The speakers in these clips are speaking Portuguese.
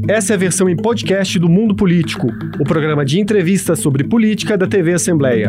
Essa é a versão em podcast do Mundo Político, o programa de entrevistas sobre política da TV Assembleia.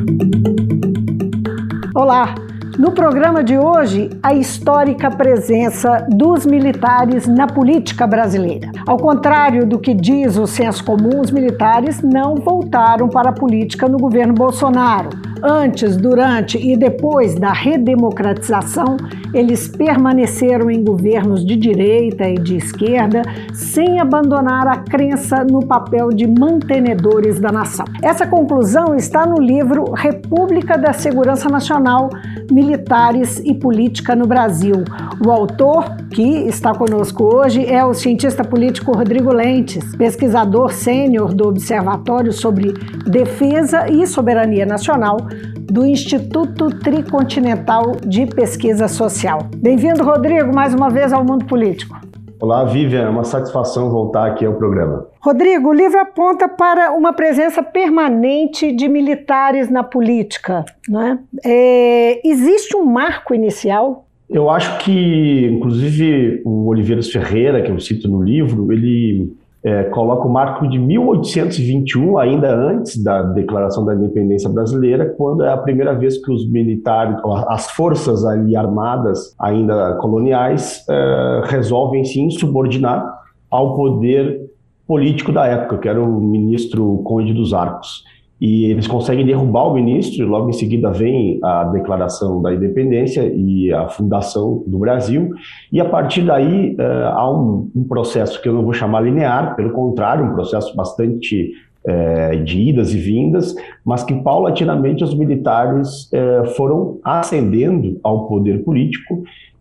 Olá! No programa de hoje, a histórica presença dos militares na política brasileira. Ao contrário do que diz o senso comum, os militares não voltaram para a política no governo Bolsonaro. Antes, durante e depois da redemocratização, eles permaneceram em governos de direita e de esquerda, sem abandonar a crença no papel de mantenedores da nação. Essa conclusão está no livro República da Segurança Nacional, Militares e Política no Brasil. O autor, que está conosco hoje, é o cientista político Rodrigo Lentes, pesquisador sênior do Observatório sobre Defesa e Soberania Nacional do Instituto Tricontinental de Pesquisa Social. Bem-vindo, Rodrigo, mais uma vez ao Mundo Político. Olá, Vivian, é uma satisfação voltar aqui ao programa. Rodrigo, o livro aponta para uma presença permanente de militares na política, não é? Existe um marco inicial? Eu acho que, inclusive, o Oliveiras Ferreira, que eu cito no livro, ele coloca o marco de 1821, ainda antes da Declaração da Independência Brasileira, quando é a primeira vez que os militares, as forças ali armadas, ainda coloniais, resolvem se insubordinar ao poder político da época, que era o ministro Conde dos Arcos. E eles conseguem derrubar o ministro, e logo em seguida vem a Declaração da Independência e a fundação do Brasil, e a partir daí há um processo que eu não vou chamar linear, pelo contrário, um processo bastante de idas e vindas, mas que paulatinamente os militares foram ascendendo ao poder político,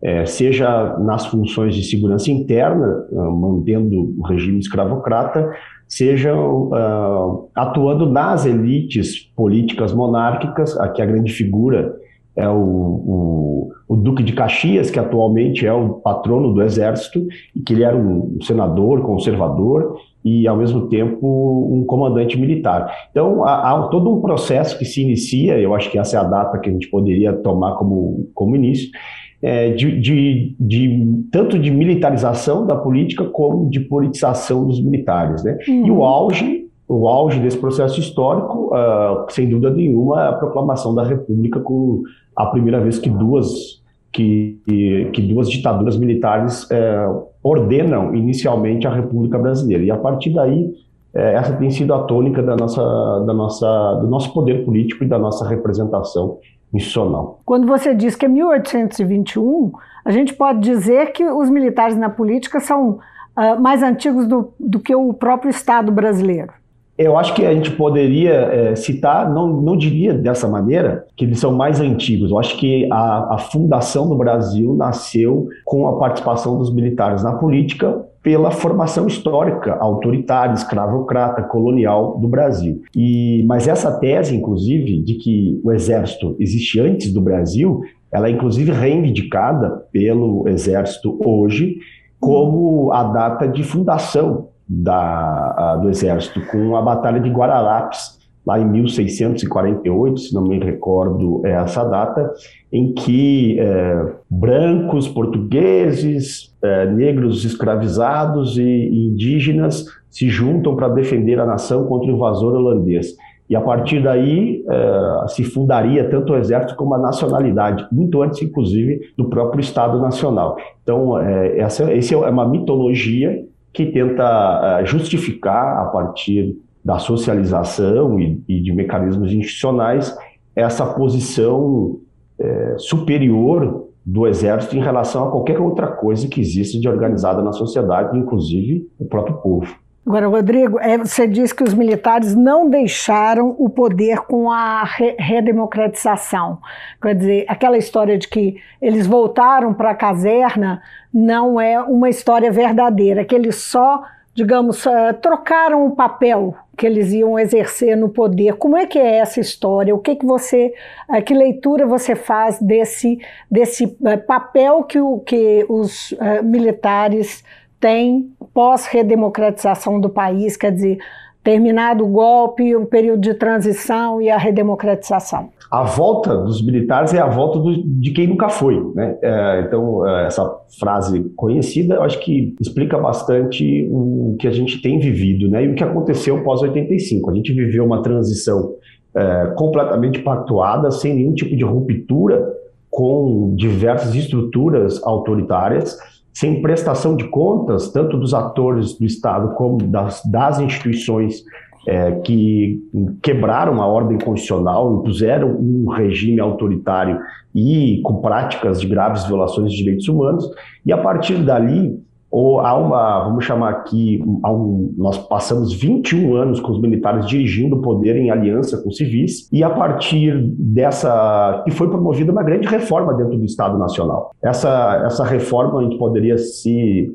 seja nas funções de segurança interna, mantendo o regime escravocrata, sejam atuando nas elites políticas monárquicas. Aqui a grande figura é o Duque de Caxias, que atualmente é o patrono do Exército, e que ele era um senador conservador e, ao mesmo tempo, um comandante militar. Então, há todo um processo que se inicia, eu acho que essa é a data que a gente poderia tomar como início, tanto de militarização da política como de politização dos militares, né? E o auge desse processo histórico, sem dúvida nenhuma, é a proclamação da República, com a primeira vez que duas ditaduras militares ordenam inicialmente a República Brasileira. E a partir daí, essa tem sido a tônica do nosso poder político e da nossa representação institucional. Quando você diz que é 1821, a gente pode dizer que os militares na política são mais antigos do que o próprio Estado brasileiro. Eu acho que a gente poderia citar, não diria dessa maneira, que eles são mais antigos. Eu acho que a fundação do Brasil nasceu com a participação dos militares na política pela formação histórica autoritária, escravocrata, colonial do Brasil. Mas essa tese, inclusive, de que o Exército existe antes do Brasil, ela é inclusive reivindicada pelo Exército hoje como a data de fundação do Exército, com a Batalha de Guararapes, lá em 1648, se não me recordo essa data, em que brancos, portugueses, negros escravizados e indígenas se juntam para defender a nação contra o invasor holandês. E a partir daí se fundaria tanto o Exército como a nacionalidade, muito antes, inclusive, do próprio Estado Nacional. Então, essa é uma mitologia que tenta justificar, a partir da socialização e de mecanismos institucionais, essa posição superior do Exército em relação a qualquer outra coisa que existe de organizada na sociedade, inclusive o próprio povo. Agora, Rodrigo, você diz que os militares não deixaram o poder com a redemocratização. Quer dizer, aquela história de que eles voltaram para a caserna não é uma história verdadeira, que eles só, digamos, trocaram o papel que eles iam exercer no poder. Como é que é essa história? O que que leitura você faz desse papel que os militares tem pós-redemocratização do país? Quer dizer, terminado o golpe, o período de transição e a redemocratização? A volta dos militares é a volta de quem nunca foi, né? Então, essa frase conhecida, eu acho que explica bastante o que a gente tem vivido, né? E o que aconteceu pós-85. A gente viveu uma transição completamente pactuada, sem nenhum tipo de ruptura com diversas estruturas autoritárias, sem prestação de contas, tanto dos atores do Estado como das instituições que quebraram a ordem constitucional, impuseram um regime autoritário e com práticas de graves violações de direitos humanos, e a partir dali, vamos chamar aqui, nós passamos 21 anos com os militares dirigindo o poder em aliança com os civis, e a partir que foi promovida uma grande reforma dentro do Estado Nacional. Essa reforma a gente poderia se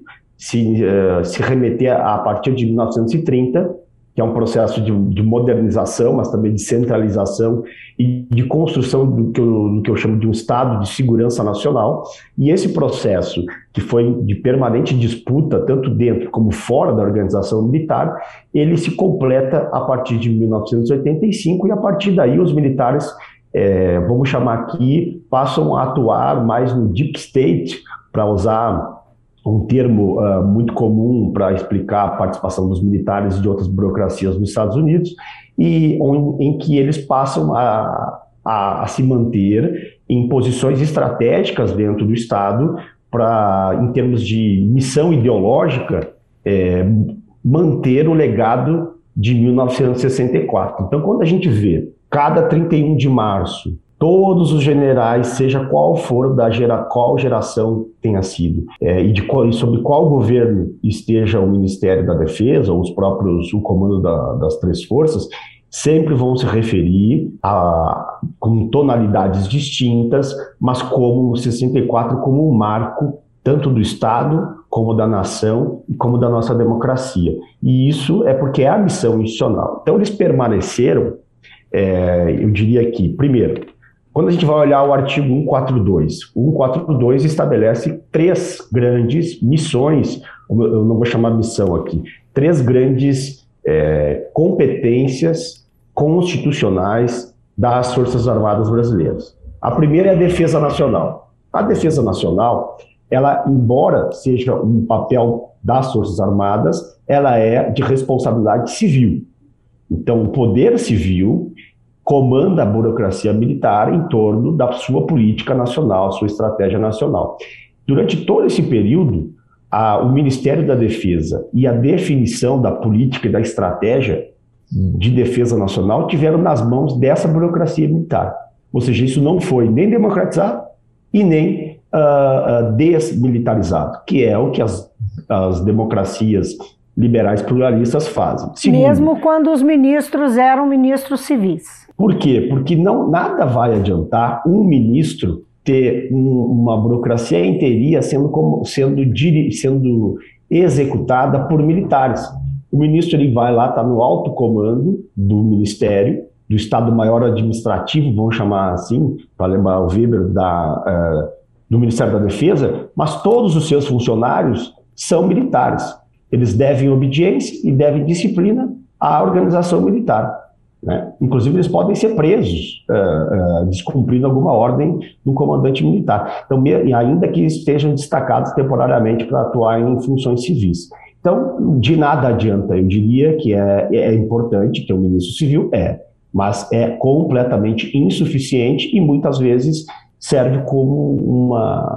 remeter a partir de 1930, que é um processo de modernização, mas também de centralização e de construção do que eu chamo de um Estado de segurança nacional. E esse processo, que foi de permanente disputa, tanto dentro como fora da organização militar, ele se completa a partir de 1985, e a partir daí os militares, vamos chamar aqui, passam a atuar mais no deep state, para usar um termo muito comum para explicar a participação dos militares e de outras burocracias nos Estados Unidos, e em que eles passam a se manter em posições estratégicas dentro do Estado para, em termos de missão ideológica, manter o legado de 1964. Então, quando a gente vê cada 31 de março, todos os generais, seja qual for qual geração tenha sido, e sobre qual governo esteja o Ministério da Defesa, ou o comando das três forças, sempre vão se referir com tonalidades distintas, mas como 64 como um marco tanto do Estado, como da nação e como da nossa democracia. E isso é porque é a missão institucional. Então eles permaneceram, eu diria que, primeiro, quando a gente vai olhar o artigo 142, o 142 estabelece 3 grandes missões, eu não vou chamar missão aqui, 3 grandes competências constitucionais das Forças Armadas Brasileiras. A primeira é a defesa nacional. A defesa nacional, ela, embora seja um papel das Forças Armadas, ela é de responsabilidade civil. Então, o poder civil comanda a burocracia militar em torno da sua política nacional, sua estratégia nacional. Durante todo esse período, o Ministério da Defesa e a definição da política e da estratégia de defesa nacional tiveram nas mãos dessa burocracia militar. Ou seja, isso não foi nem democratizado e nem desmilitarizado, que é o que as democracias liberais pluralistas fazem. Segundo, mesmo quando os ministros eram ministros civis. Por quê? Porque nada vai adiantar um ministro ter uma burocracia inteirinha sendo executada por militares. O ministro ele vai lá, está no alto comando do Ministério, do Estado-Maior Administrativo, vamos chamar assim, para lembrar o Weber, do Ministério da Defesa, mas todos os seus funcionários são militares. Eles devem obediência e devem disciplina à organização militar, né? Inclusive, eles podem ser presos, descumprindo alguma ordem do comandante militar. Então, ainda que estejam destacados temporariamente para atuar em funções civis. Então, de nada adianta, eu diria que é importante ter um ministro civil, mas é completamente insuficiente e muitas vezes serve como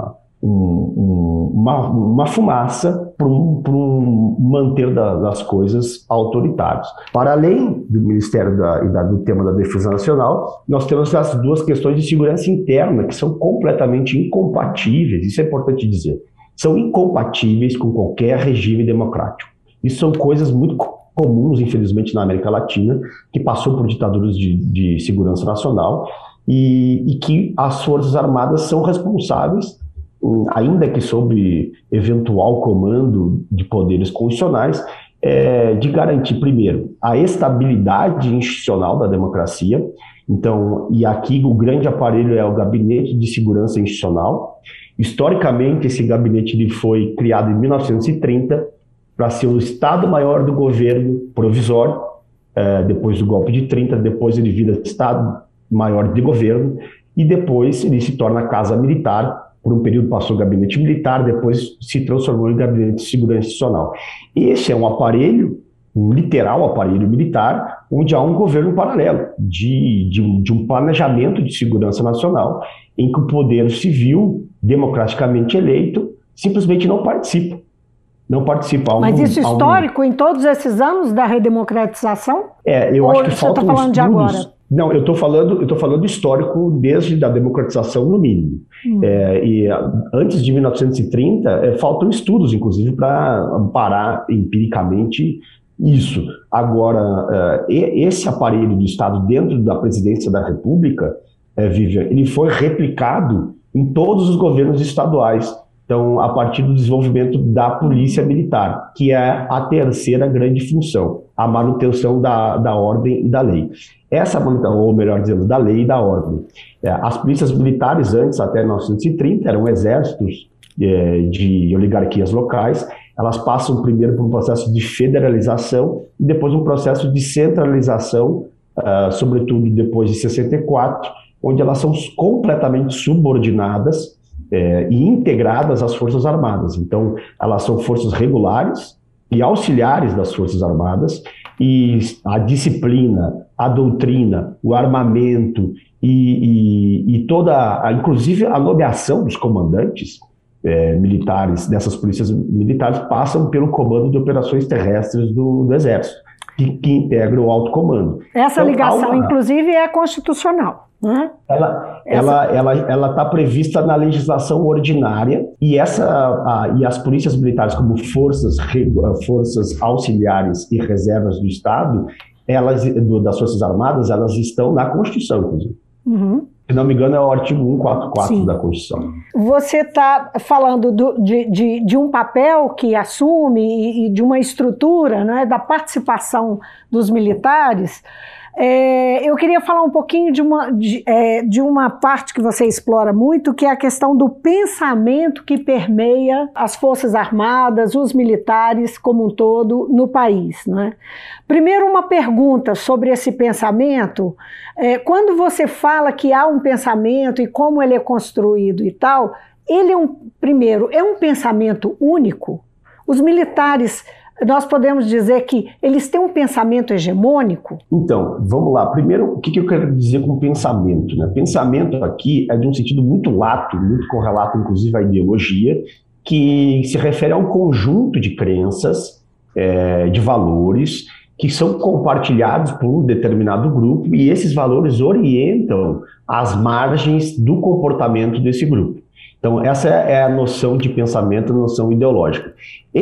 uma fumaça para um manter das coisas autoritários. Para além do Ministério do tema da Defesa Nacional, nós temos as 2 questões de segurança interna que são completamente incompatíveis, isso é importante dizer, são incompatíveis com qualquer regime democrático. Isso são coisas muito comuns, infelizmente, na América Latina, que passou por ditaduras de segurança nacional e que as Forças Armadas são responsáveis, ainda que sob eventual comando de poderes constitucionais, de garantir, primeiro, a estabilidade institucional da democracia. Então, e aqui o grande aparelho é o Gabinete de Segurança Institucional. Historicamente, esse gabinete ele foi criado em 1930 para ser o Estado-Maior do governo provisório depois do golpe de 30, depois ele vira Estado-Maior de Governo, e depois ele se torna Casa Militar. Por um período passou gabinete militar, depois se transformou em gabinete de segurança institucional. Esse é um aparelho, um literal aparelho militar, onde há um governo paralelo de um planejamento de segurança nacional, em que o poder civil, democraticamente eleito, simplesmente não participa. Mas isso histórico em todos esses anos da redemocratização? Eu acho que faltam você está falando estudos. De agora? Não, eu estou falando histórico desde a democratização, no mínimo. E antes de 1930, faltam estudos, inclusive, para amparar empiricamente isso. Agora, esse aparelho do Estado dentro da presidência da República, Vivian, ele foi replicado em todos os governos estaduais. Então, a partir do desenvolvimento da polícia militar, que é a terceira grande função, a manutenção da ordem e da lei. Essa manutenção, ou melhor dizendo, da lei e da ordem. As polícias militares, antes, até 1930, eram exércitos de oligarquias locais. Elas passam primeiro por um processo de federalização e depois um processo de centralização, sobretudo depois de 64, onde elas são completamente subordinadas e integradas às Forças Armadas. Então, elas são forças regulares e auxiliares das Forças Armadas, e a disciplina, a doutrina, o armamento e inclusive a nomeação dos comandantes militares, dessas polícias militares, passam pelo Comando de Operações Terrestres do Exército, que integra o alto comando. Essa ligação, inclusive, é constitucional. Ela está prevista na legislação ordinária, e as polícias militares, como forças auxiliares e reservas do Estado, das Forças Armadas, elas estão na Constituição, inclusive. Se não me engano, é o artigo 144 Sim. da Constituição. Você está falando de um papel que assume e de uma estrutura, né, da participação dos militares. Eu queria falar um pouquinho de uma parte que você explora muito, que é a questão do pensamento que permeia as Forças Armadas, os militares como um todo no país, né? Primeiro, uma pergunta sobre esse pensamento. Quando você fala que há um pensamento e como ele é construído e tal, ele é um pensamento único? Os militares, nós podemos dizer que eles têm um pensamento hegemônico? Então, vamos lá. Primeiro, o que eu quero dizer com pensamento, né? Pensamento aqui é de um sentido muito lato, muito correlato, inclusive, à ideologia, que se refere a um conjunto de crenças, de valores, que são compartilhados por um determinado grupo, e esses valores orientam as margens do comportamento desse grupo. Então, essa é a noção de pensamento, a noção ideológica.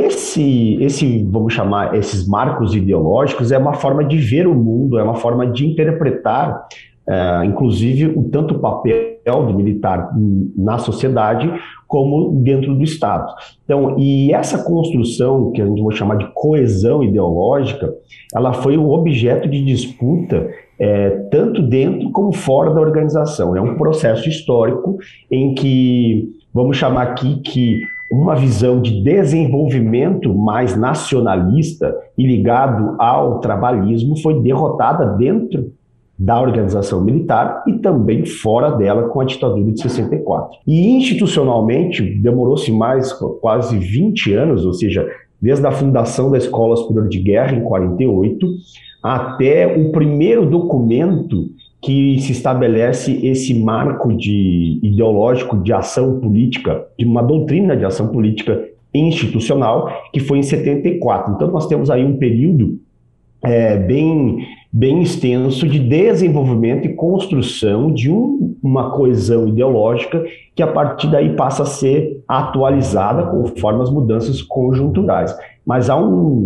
Vamos chamar, esses marcos ideológicos, é uma forma de ver o mundo, é uma forma de interpretar, inclusive, tanto o papel do militar na sociedade, como dentro do Estado. Então, e essa construção, que a gente vai chamar de coesão ideológica, ela foi um objeto de disputa tanto dentro como fora da organização. É um processo histórico em que, vamos chamar aqui que uma visão de desenvolvimento mais nacionalista e ligado ao trabalhismo foi derrotada dentro da organização militar e também fora dela com a ditadura de 64. E institucionalmente demorou-se mais quase 20 anos, ou seja, desde a fundação da Escola Superior de Guerra em 48 até o primeiro documento que se estabelece esse marco ideológico de ação política, de uma doutrina de ação política institucional, que foi em 74. Então nós temos aí um período bem extenso de desenvolvimento e construção de uma coesão ideológica que a partir daí passa a ser atualizada conforme as mudanças conjunturais. Mas há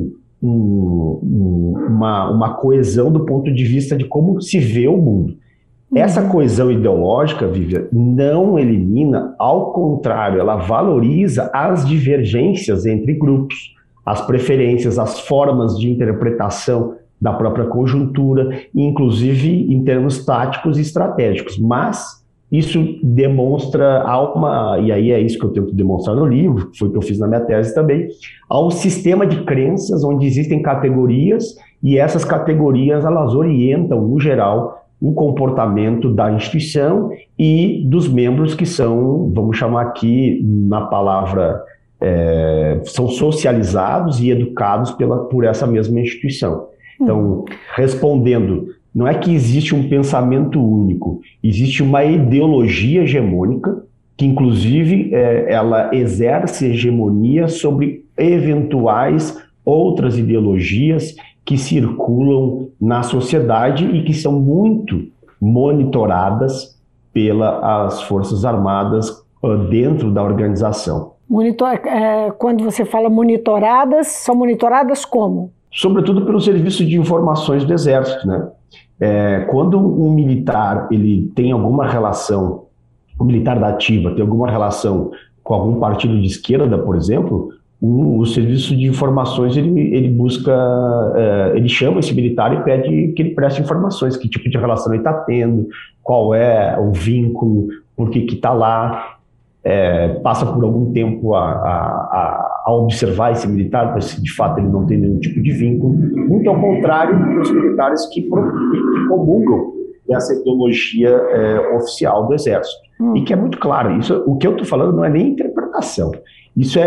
uma coesão do ponto de vista de como se vê o mundo. Essa coesão ideológica, Vivian, não elimina, ao contrário, ela valoriza as divergências entre grupos, as preferências, as formas de interpretação da própria conjuntura, inclusive em termos táticos e estratégicos. Mas isso demonstra, e aí é isso que eu tento demonstrar no livro, foi o que eu fiz na minha tese também, há um sistema de crenças onde existem categorias e essas categorias elas orientam, no geral, o comportamento da instituição e dos membros que são, vamos chamar aqui na palavra, são socializados e educados por essa mesma instituição. Então, respondendo, não é que existe um pensamento único, existe uma ideologia hegemônica que, inclusive, ela exerce hegemonia sobre eventuais outras ideologias que circulam na sociedade e que são muito monitoradas pelas Forças Armadas dentro da organização. Quando você fala monitoradas, são monitoradas como? Sobretudo pelo Serviço de Informações do Exército, né? Quando um militar ele tem alguma relação, o militar da ativa tem alguma relação com algum partido de esquerda, por exemplo, o Serviço de Informações ele busca, ele chama esse militar e pede que ele preste informações, que tipo de relação ele está tendo, qual é o vínculo, por que está lá. Passa por algum tempo a observar esse militar, para se de fato ele não tem nenhum tipo de vínculo, muito ao contrário dos militares que comungam essa ideologia oficial do Exército. E que é muito claro, isso, o que eu estou falando não é nem interpretação, isso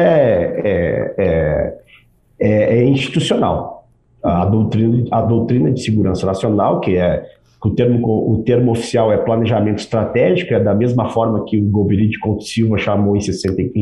é institucional. A doutrina de segurança nacional, que o termo oficial é planejamento estratégico, é da mesma forma que o Golbery de Couto Silva chamou em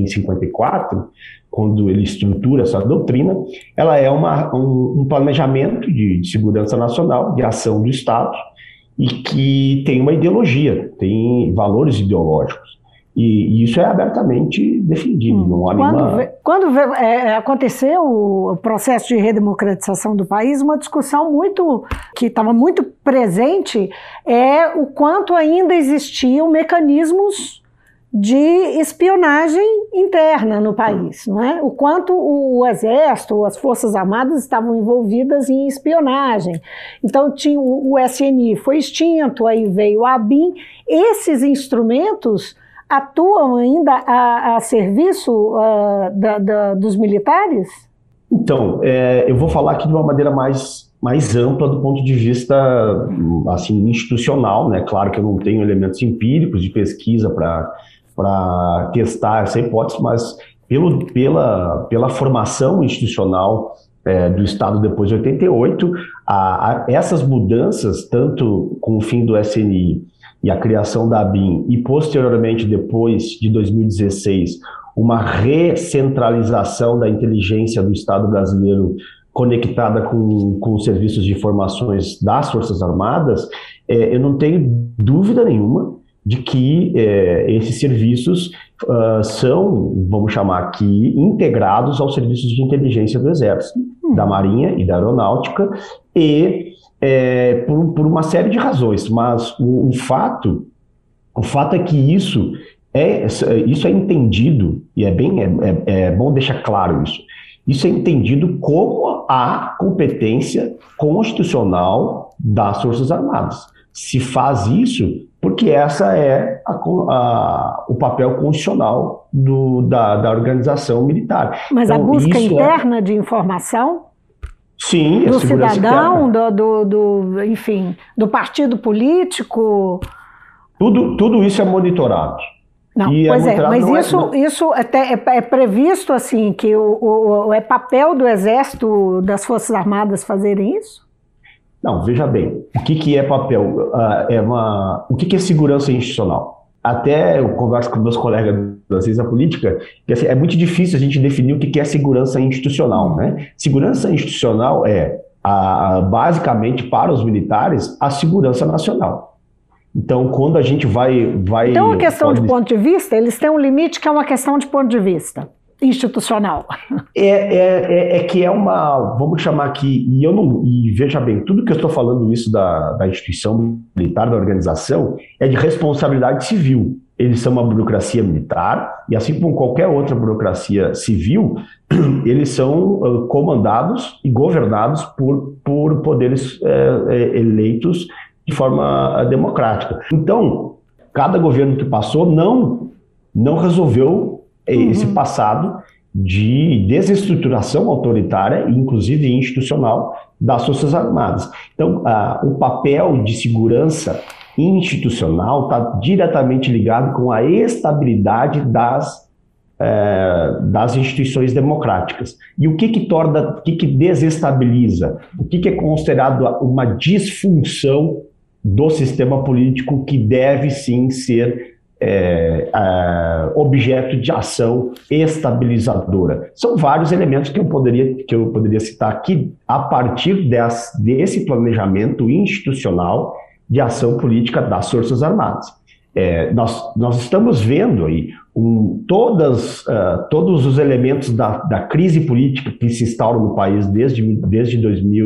54, quando ele estrutura essa doutrina, ela é um planejamento de segurança nacional, de ação do Estado, e que tem uma ideologia, tem valores ideológicos. E isso é abertamente defendido. Não há Quando aconteceu o processo de redemocratização do país, uma discussão que estava muito presente é o quanto ainda existiam mecanismos de espionagem interna no país, não é? O quanto o Exército, as Forças Armadas estavam envolvidas em espionagem. Então tinha o SNI foi extinto, aí veio a ABIN. Esses instrumentos atuam ainda a serviço dos militares? Então, eu vou falar aqui de uma maneira mais ampla do ponto de vista assim, institucional, né? Claro que eu não tenho elementos empíricos de pesquisa para testar essa hipótese, mas pela formação institucional do Estado depois de 88, essas mudanças, tanto com o fim do SNI e a criação da ABIN, e posteriormente, depois de 2016, uma recentralização da inteligência do Estado brasileiro conectada com os serviços de informações das Forças Armadas, eu não tenho dúvida nenhuma de que esses serviços são, vamos chamar aqui, integrados aos serviços de inteligência do Exército, da Marinha e da Aeronáutica, e por uma série de razões, mas o fato é que isso é entendido, e é bom deixar claro isso é entendido como a competência constitucional das Forças Armadas. Se faz isso porque essa é o papel constitucional da organização militar. Mas então, a busca interna de informação? Sim, do cidadão, enfim, do partido político? Tudo isso é monitorado. Não, mas isso até é previsto assim, que é papel do Exército, das Forças Armadas fazerem isso? Não, veja bem, o que é papel? O que é segurança institucional? Até eu converso com meus colegas da ciência política, que assim, é muito difícil a gente definir o que é segurança institucional, né? Segurança institucional basicamente, para os militares, a segurança nacional. Então, quando a gente vai... Então, a questão de ponto de vista, eles têm um limite que é uma questão de ponto de vista institucional. Que é uma... Vamos chamar aqui... E veja bem, tudo que eu estou falando isso da instituição militar, da organização, é de responsabilidade civil. Eles são uma burocracia militar, e assim como qualquer outra burocracia civil, eles são comandados e governados por poderes eleitos de forma democrática. Então, cada governo que passou não resolveu esse passado de desestruturação autoritária, inclusive institucional, das Forças Armadas. Então, o papel de segurança institucional está diretamente ligado com a estabilidade das instituições democráticas. E o que desestabiliza? O que é considerado uma disfunção do sistema político que deve sim ser objeto de ação estabilizadora? São vários elementos que eu poderia citar aqui a partir desse planejamento institucional de ação política das Forças Armadas. Nós estamos vendo aí todos os elementos da crise política que se instaura no país desde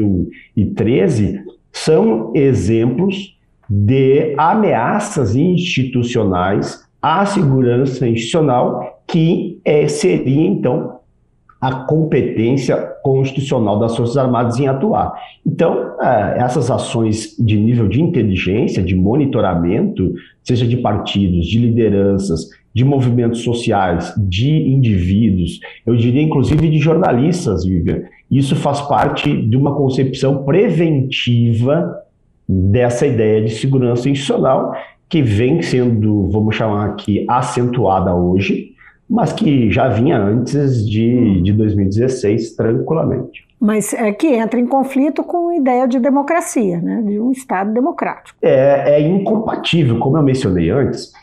2013 são exemplos de ameaças institucionais à segurança institucional que seria, então, a competência constitucional das Forças Armadas em atuar. Então, essas ações de nível de inteligência, de monitoramento, seja de partidos, de lideranças, de movimentos sociais, de indivíduos, eu diria inclusive de jornalistas, Vivian, isso faz parte de uma concepção preventiva dessa ideia de segurança institucional que vem sendo, vamos chamar aqui, acentuada hoje, mas que já vinha antes de 2016, tranquilamente. Mas que entra em conflito com a ideia de democracia, né? De um Estado democrático. É incompatível, como eu mencionei antes,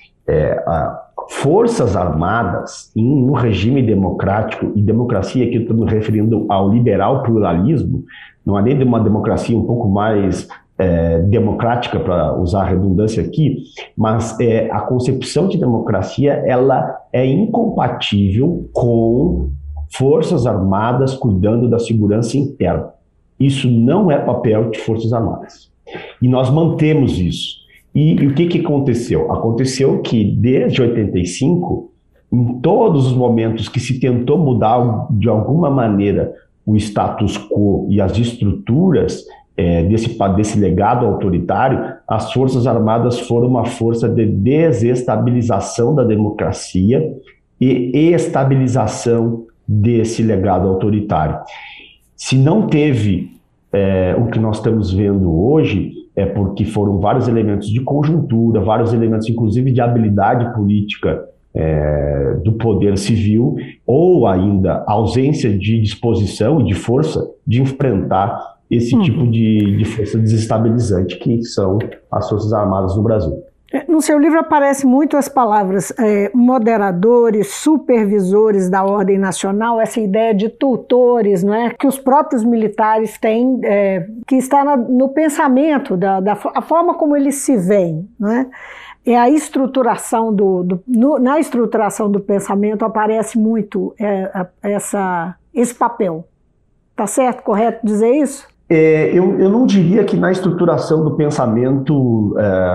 Forças Armadas em um regime democrático, e democracia aqui eu estou me referindo ao liberal pluralismo, não é nem de uma democracia um pouco mais democrática, para usar a redundância aqui, mas a concepção de democracia ela é incompatível com Forças Armadas cuidando da segurança interna. Isso não é papel de Forças Armadas. E nós mantemos isso. E o que aconteceu? Aconteceu que desde 85, em todos os momentos que se tentou mudar de alguma maneira o status quo e as estruturas desse legado autoritário, as Forças Armadas foram uma força de desestabilização da democracia e estabilização desse legado autoritário. Se não teve o que nós estamos vendo hoje, é porque foram vários elementos de conjuntura, vários elementos inclusive de habilidade política do poder civil, ou ainda ausência de disposição e de força de enfrentar esse tipo de força desestabilizante que são as Forças Armadas no Brasil. No seu livro aparecem muito as palavras moderadores, supervisores da ordem nacional, essa ideia de tutores, não é? Que os próprios militares têm, que está no pensamento, a forma como eles se veem, não é? A estruturação na estruturação do pensamento aparece muito esse papel. Tá certo, correto dizer isso? Eu não diria que na estruturação do pensamento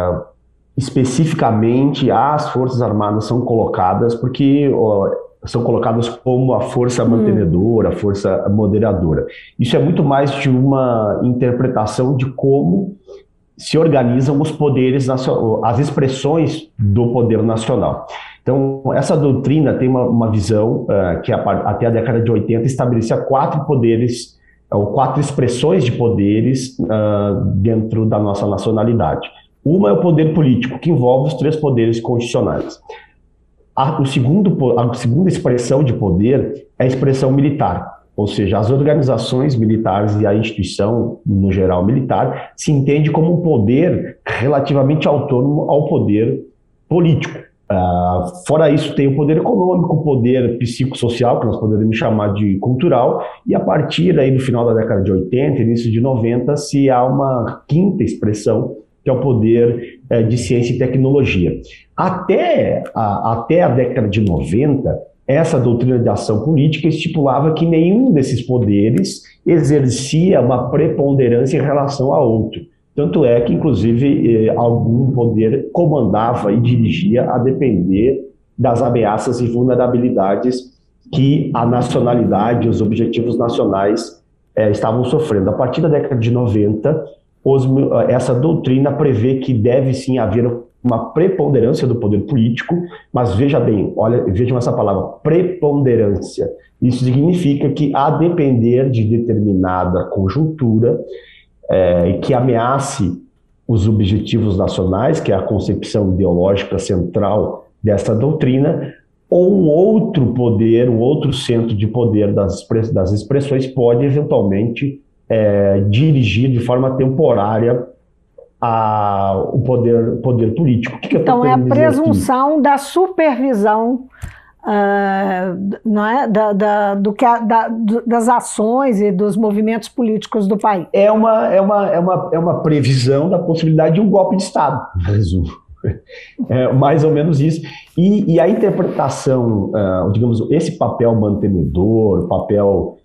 especificamente as Forças Armadas são colocadas, porque são colocadas como a força mantenedora, a força moderadora. Isso é muito mais de uma interpretação de como se organizam os poderes, as expressões do poder nacional. Então, essa doutrina tem uma visão que até a década de 80 estabelecia 4 poderes, ou 4 expressões de poderes dentro da nossa nacionalidade. Uma é o poder político, que envolve os 3 poderes constitucionais. A segunda expressão de poder é a expressão militar, ou seja, as organizações militares e a instituição, no geral militar, se entende como um poder relativamente autônomo ao poder político. Fora isso, tem o poder econômico, o poder psicossocial, que nós poderíamos chamar de cultural, e a partir aí do final da década de 80, início de 90, se há uma 5ª expressão, que é o poder de ciência e tecnologia. Até a década de 90, essa doutrina de ação política estipulava que nenhum desses poderes exercia uma preponderância em relação a outro. Tanto é que, inclusive, algum poder comandava e dirigia a depender das ameaças e vulnerabilidades que a nacionalidade e os objetivos nacionais estavam sofrendo. A partir da década de 90, essa doutrina prevê que deve sim haver uma preponderância do poder político, mas veja bem, vejam essa palavra, preponderância. Isso significa que, a depender de determinada conjuntura que ameace os objetivos nacionais, que é a concepção ideológica central dessa doutrina, ou um outro poder, um outro centro de poder das expressões pode eventualmente dirigir de forma temporária o poder político. O que então, é a presunção da supervisão não é? Das ações e dos movimentos políticos do país. É uma previsão da possibilidade de um golpe de Estado, resumo. É mais ou menos isso. E a interpretação, digamos, esse papel mantenedor, papel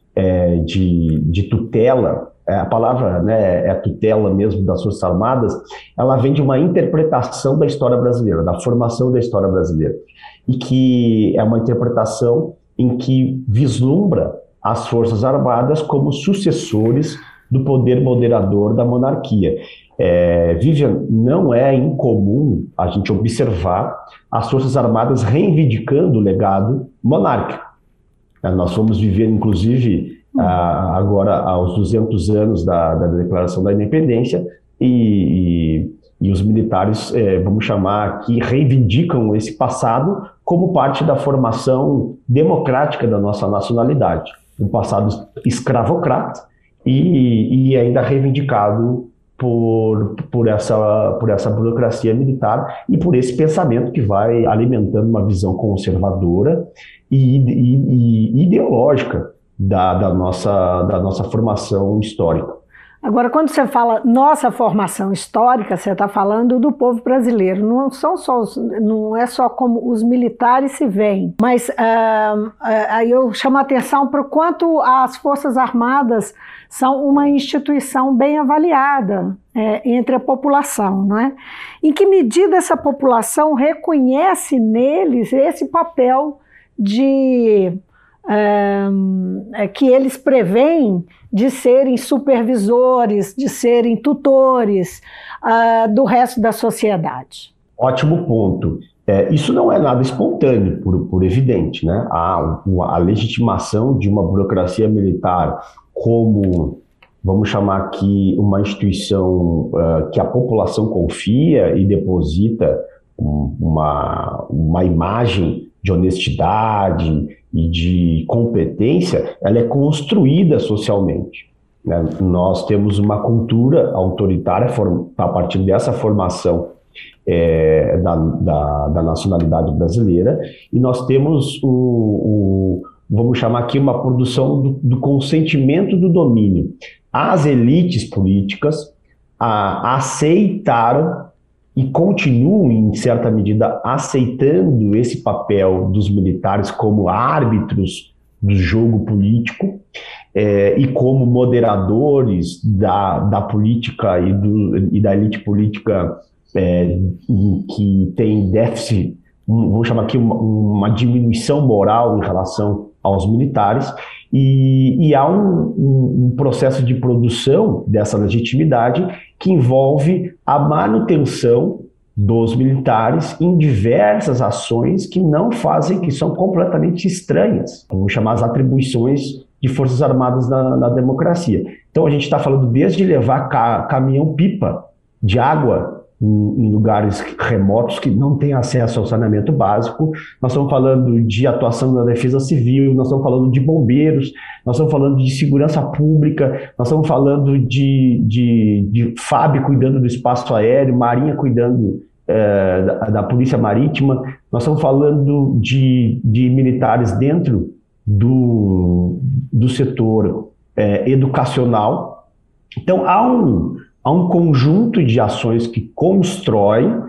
de tutela, a palavra, né, é a tutela mesmo das Forças Armadas, ela vem de uma interpretação da história brasileira, da formação da história brasileira, e que é uma interpretação em que vislumbra as Forças Armadas como sucessores do poder moderador da monarquia. Vivian, não é incomum a gente observar as Forças Armadas reivindicando o legado monárquico. Nós fomos viver, inclusive, agora aos 200 anos da Declaração da Independência, e os militares, vamos chamar aqui, reivindicam esse passado como parte da formação democrática da nossa nacionalidade. Um passado escravocrata e ainda reivindicado por essa burocracia militar e por esse pensamento que vai alimentando uma visão conservadora e ideológica da nossa formação histórica. Agora, quando você fala nossa formação histórica, você está falando do povo brasileiro. Não é só como os militares se veem, mas aí eu chamo a atenção para o quanto as Forças Armadas são uma instituição bem avaliada entre a população, não é? Em que medida essa população reconhece neles esse papel que eles preveem de serem supervisores, de serem tutores do resto da sociedade? Ótimo ponto. Isso não é nada espontâneo, por evidente, né? A legitimação de uma burocracia militar como, vamos chamar aqui, uma instituição que a população confia e deposita uma imagem de honestidade e de competência, ela é construída socialmente, né? Nós temos uma cultura autoritária a partir dessa formação da nacionalidade brasileira, e nós temos vamos chamar aqui, uma produção do consentimento do domínio. As elites políticas aceitaram e continuam, em certa medida, aceitando esse papel dos militares como árbitros do jogo político e como moderadores da política e da elite política que tem déficit, vamos chamar aqui uma diminuição moral em relação aos militares, e há um processo de produção dessa legitimidade que envolve a manutenção dos militares em diversas ações que são completamente estranhas, vamos chamar as atribuições de Forças Armadas na democracia. Então a gente está falando desde levar caminhão-pipa de água em lugares remotos que não têm acesso ao saneamento básico, nós estamos falando de atuação na defesa civil, nós estamos falando de bombeiros, nós estamos falando de segurança pública, nós estamos falando de FAB cuidando do espaço aéreo, Marinha cuidando da Polícia Marítima, nós estamos falando de militares dentro do setor educacional. Então há um conjunto de ações que constroem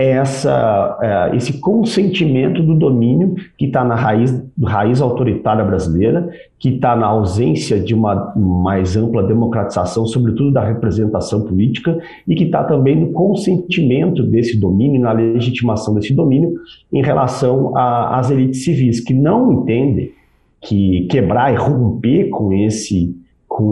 esse consentimento do domínio que está na raiz autoritária brasileira, que está na ausência de uma mais ampla democratização, sobretudo da representação política, e que está também no consentimento desse domínio, na legitimação desse domínio em relação às elites civis, que não entendem que quebrar e romper com esse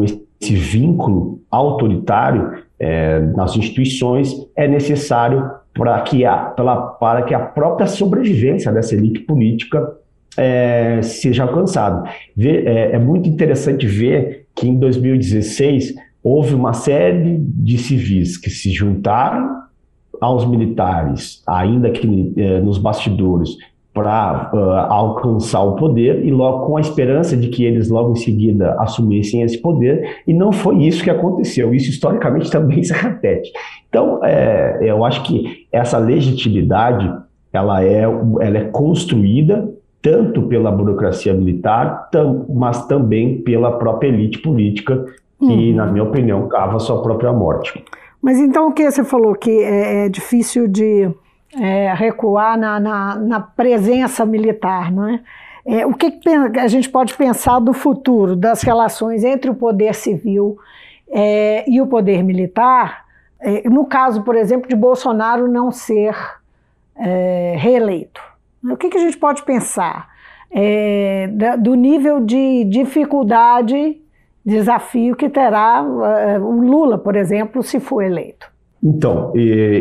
vínculo autoritário nas instituições é necessário para que a própria sobrevivência dessa elite política seja alcançada. É muito interessante ver que em 2016 houve uma série de civis que se juntaram aos militares, ainda que nos bastidores, para alcançar o poder, e logo com a esperança de que eles logo em seguida assumissem esse poder, e não foi isso que aconteceu. Isso historicamente também se repete. Então, eu acho que essa legitimidade ela é construída tanto pela burocracia militar, mas também pela própria elite política, que, na minha opinião, cava sua própria morte. Mas então o que você falou que é difícil de recuar na presença militar, não é? O que a gente pode pensar do futuro das relações entre o poder civil e o poder militar, no caso, por exemplo, de Bolsonaro não ser reeleito? O que a gente pode pensar do nível de dificuldade, desafio que terá o Lula, por exemplo, se for eleito? Então,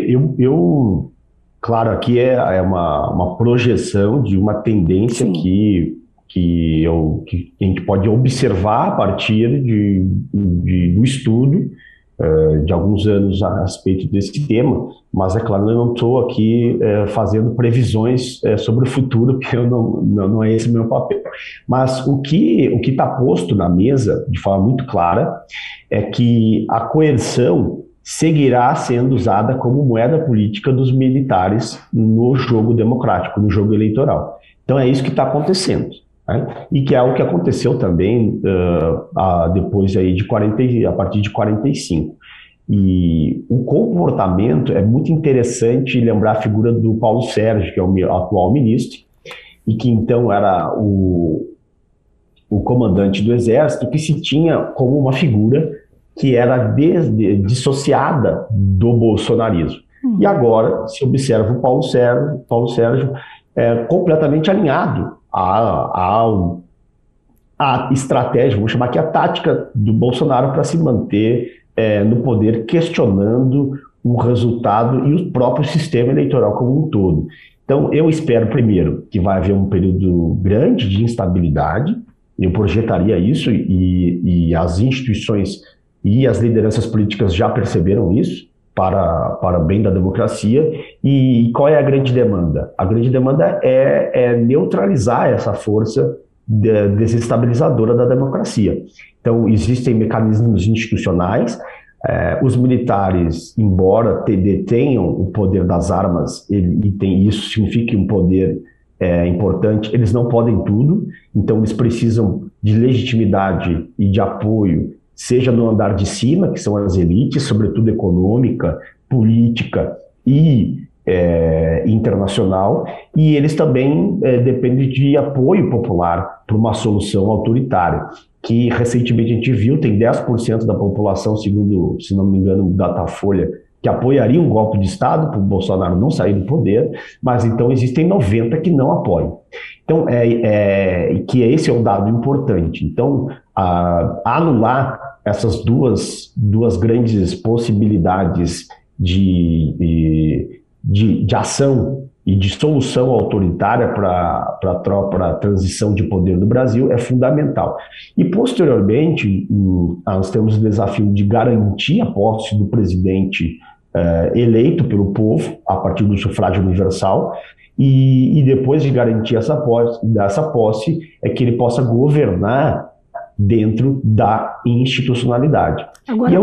claro, aqui é uma projeção de uma tendência que a gente pode observar a partir do estudo de alguns anos a respeito desse tema, mas é claro, eu não estou aqui fazendo previsões sobre o futuro, porque não é esse o meu papel. Mas o que está posto na mesa, de forma muito clara, é que a coerção seguirá sendo usada como moeda política dos militares no jogo democrático, no jogo eleitoral. Então é isso que está acontecendo. E que é o que aconteceu também depois aí a partir de 45. E o comportamento é muito interessante lembrar a figura do Paulo Sérgio, que é o atual ministro, e que então era o comandante do Exército, que se tinha como uma figura que era dissociada do bolsonarismo. E agora se observa o Paulo Sérgio completamente alinhado a estratégia, vamos chamar aqui a tática do Bolsonaro para se manter no poder, questionando o resultado e o próprio sistema eleitoral como um todo. Então, eu espero, primeiro, que vai haver um período grande de instabilidade, eu projetaria isso, e as instituições e as lideranças políticas já perceberam isso, para bem da democracia. E qual é a grande demanda? A grande demanda é neutralizar essa força desestabilizadora da democracia. Então, existem mecanismos institucionais, os militares, embora detenham o poder das armas, isso significa um poder importante, eles não podem tudo, então eles precisam de legitimidade e de apoio, seja no andar de cima, que são as elites, sobretudo econômica, política e internacional, e eles também dependem de apoio popular para uma solução autoritária, que recentemente a gente viu, tem 10% da população, segundo, se não me engano, o Datafolha, que apoiaria um golpe de Estado para o Bolsonaro não sair do poder, mas então existem 90% que não apoiam. Então, esse é um dado importante. Então, anular essas duas grandes possibilidades de ação e de solução autoritária para a transição de poder do Brasil é fundamental. E, posteriormente, nós temos o desafio de garantir a posse do presidente eleito pelo povo, a partir do sufrágio universal, e depois de garantir essa posse, é que ele possa governar dentro da institucionalidade. Agora,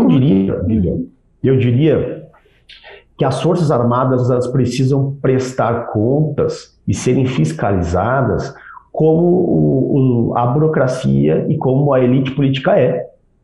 e eu diria que as Forças Armadas elas precisam prestar contas e serem fiscalizadas como a burocracia e como a elite política é.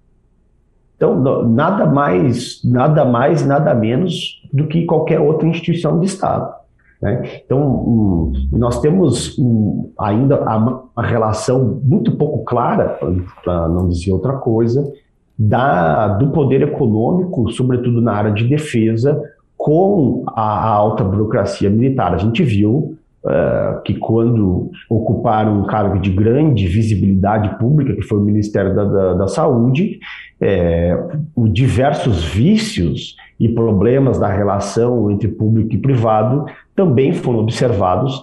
Então, nada mais, nada menos do que qualquer outra instituição de Estado, né? Então, nós temos ainda uma relação muito pouco clara, para não dizer outra coisa, do poder econômico, sobretudo na área de defesa, com a alta burocracia militar. A gente viu que quando ocuparam um cargo de grande visibilidade pública, que foi o Ministério da Saúde, diversos vícios e problemas da relação entre público e privado também foram observados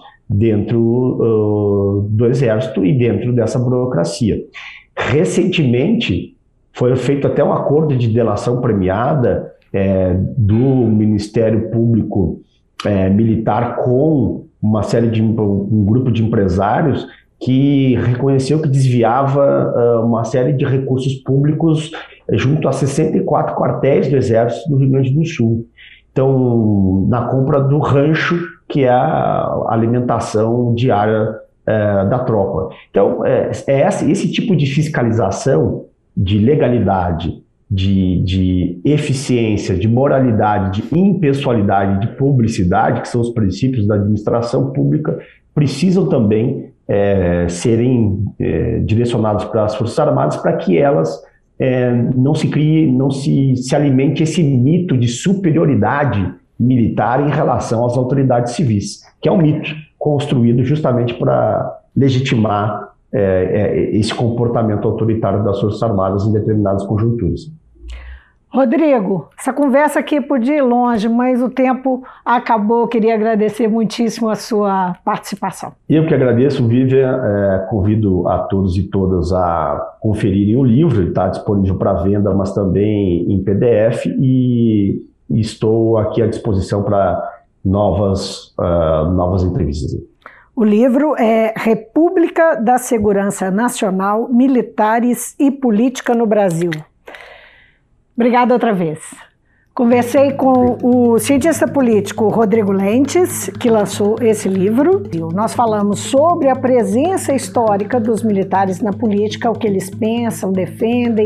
dentro do Exército e dentro dessa burocracia. Recentemente, foi feito até um acordo de delação premiada do Ministério Público Militar com uma série de um grupo de empresários que reconheceu que desviava uma série de recursos públicos junto a 64 quartéis do Exército do Rio Grande do Sul. Então, na compra do rancho, que é a alimentação diária da tropa. Então, esse tipo de fiscalização, de legalidade, de eficiência, de moralidade, de impessoalidade, de publicidade, que são os princípios da administração pública, precisam também serem direcionados para as Forças Armadas para que elas não se alimente esse mito de superioridade militar em relação às autoridades civis, que é um mito construído justamente para legitimar esse comportamento autoritário das Forças Armadas em determinadas conjunturas. Rodrigo, essa conversa aqui podia ir longe, mas o tempo acabou. Queria agradecer muitíssimo a sua participação. Eu que agradeço, Vivian. Convido a todos e todas a conferirem o livro. Ele está disponível para venda, mas também em PDF. E estou aqui à disposição para novas entrevistas. O livro é República da Segurança Nacional, Militares e Política no Brasil. Obrigada outra vez. Conversei com o cientista político Rodrigo Lentes, que lançou esse livro. Nós falamos sobre a presença histórica dos militares na política, o que eles pensam, defendem,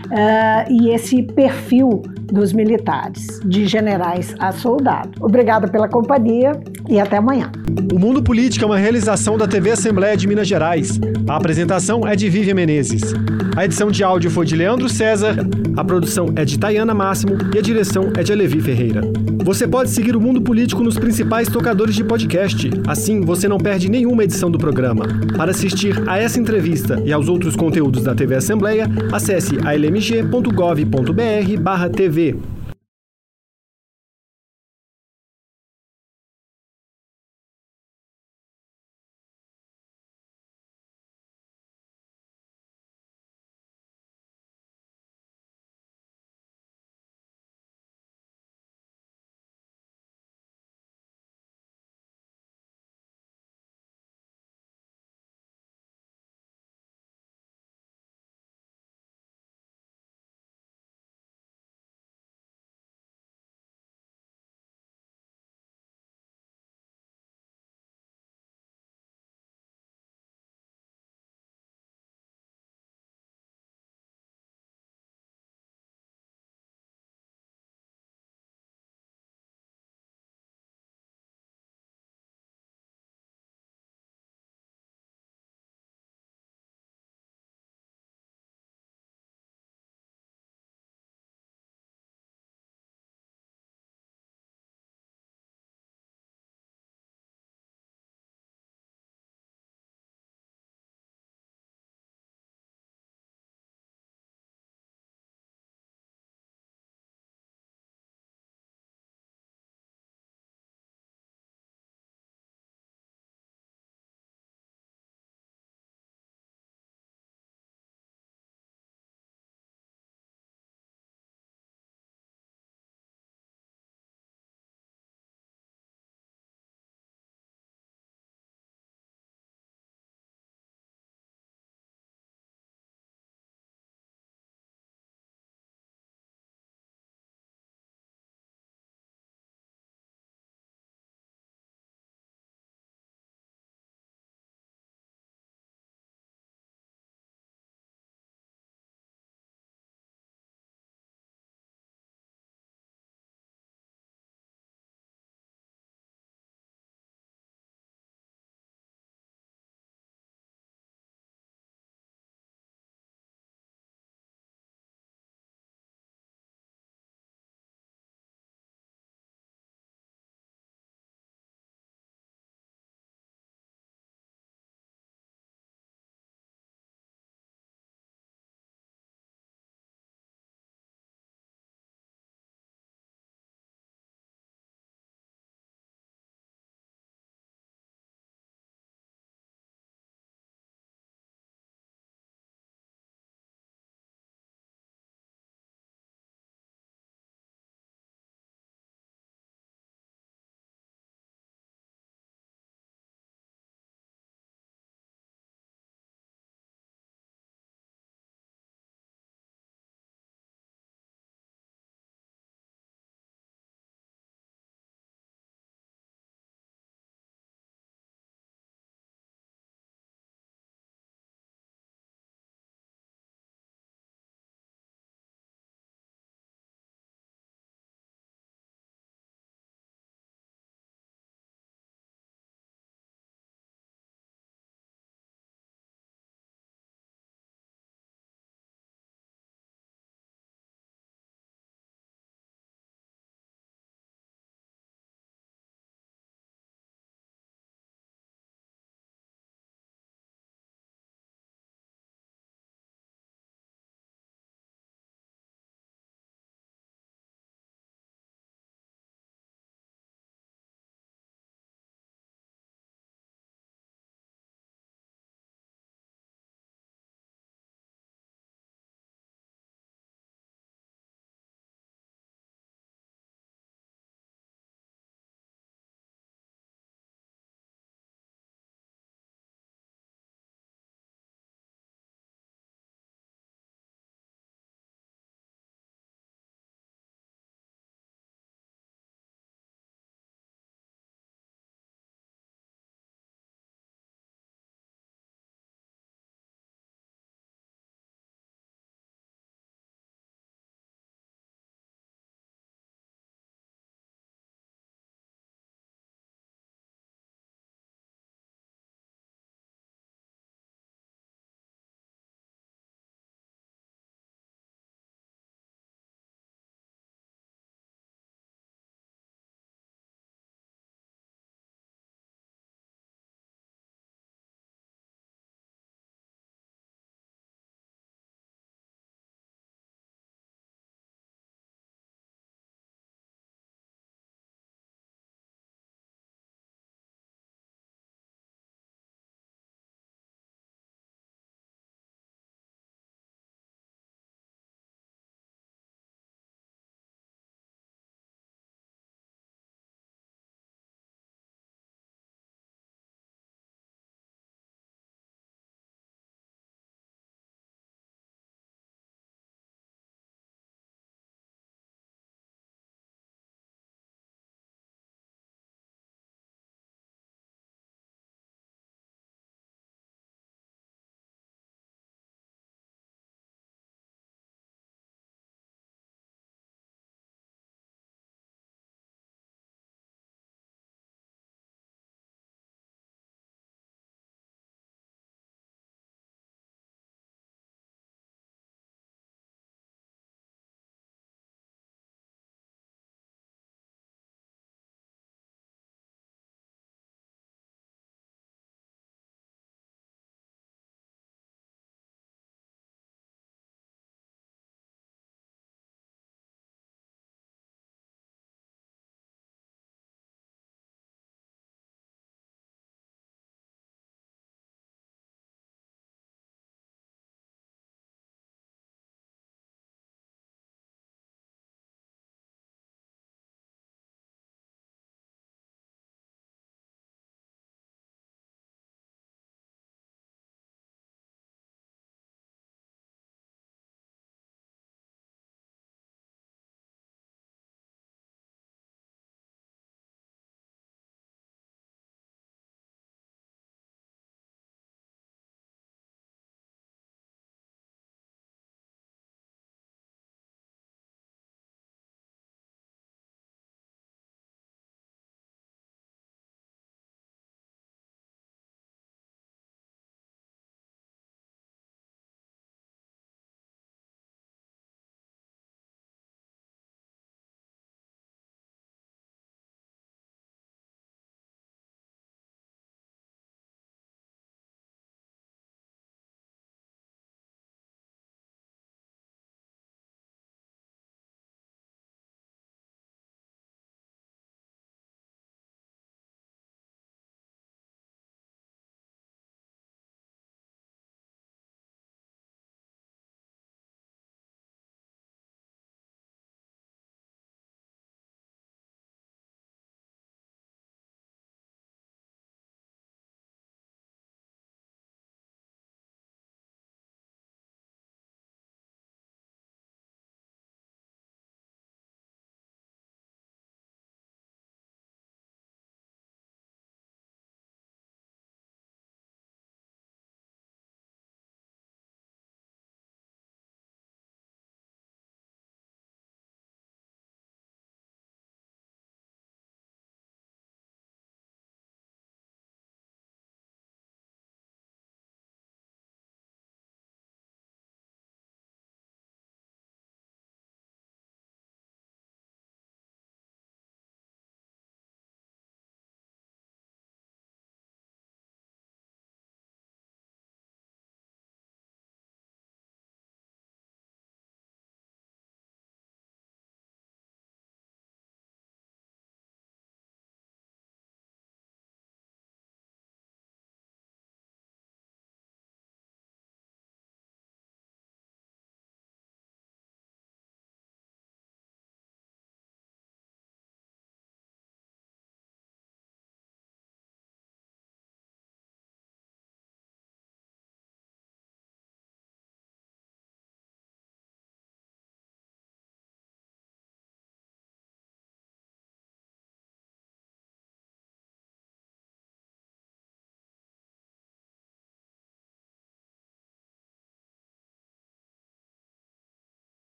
e esse perfil dos militares, de generais a soldado. Obrigada pela companhia e até amanhã. O Mundo Político é uma realização da TV Assembleia de Minas Gerais. A apresentação é de Vivian Menezes. A edição de áudio foi de Leandro César, a produção é de Tayana Máximo e a direção é de Alevi Ferreira. Você pode seguir o Mundo Político nos principais tocadores de podcast. Assim, você não perde nenhuma edição do programa. Para assistir a essa entrevista e aos outros conteúdos da TV Assembleia, acesse almg.gov.br/tv.